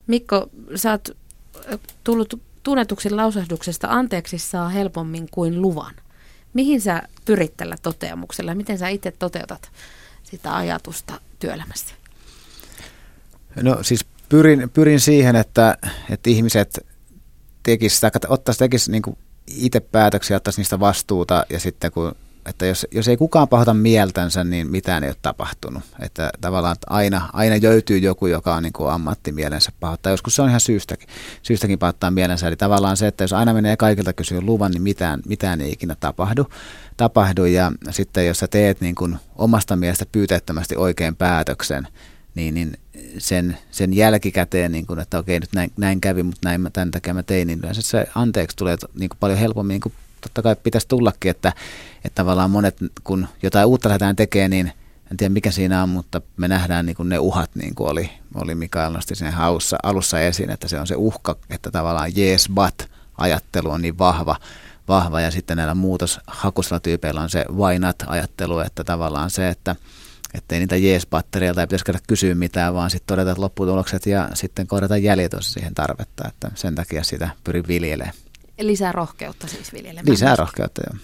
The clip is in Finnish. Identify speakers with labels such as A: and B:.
A: Mikko, sä oot tullut tunnetuksi lausahduksesta anteeksi saa helpommin kuin luvan. Mihin sä pyrit tällä toteamuksella? Miten sä itse toteutat sitä ajatusta työelämässä?
B: No siis pyrin siihen, että ihmiset tekisi niin kuin itse päätöksiä, ottaisi niistä vastuuta ja sitten että jos ei kukaan pahoita mieltänsä, niin mitään ei ole tapahtunut. Että tavallaan aina löytyy joku, joka on niin kuin ammattimielensä pahoittaa. Joskus se on ihan syystäkin pahoittaa mielensä. Eli tavallaan se, että jos aina menee kaikilta kysyä luvan, niin mitään ei ikinä tapahdu. Ja sitten jos sä teet niin kuin omasta mielestä pyyteettömästi oikein päätöksen, niin sen jälkikäteen, niin kuin, että okei, nyt näin kävi, mutta tämän takia mä tein, niin yleensä se anteeksi tulee niin kuin paljon helpommin, niin kuin totta kai pitäisi tullakin, että tavallaan monet, kun jotain uutta lähdetään tekemään, niin en tiedä mikä siinä on, mutta me nähdään niin kuin ne uhat, niin kuin oli Mikael nosti siinä alussa esiin, että se on se uhka, että tavallaan yes but -ajattelu on niin vahva ja sitten näillä muutoshakuisilla tyypeillä on se why not-ajattelu, että tavallaan se, että ei niitä jees-battereilta ei pitäisi käydä kysyä mitään, vaan sitten todeta lopputulokset ja sitten kohdata jäljet, jos siihen tarvetta. Että sen takia sitä pyrin viljelemään.
A: Lisää rohkeutta siis viljelemään.
B: Lisää rohkeutta, joo.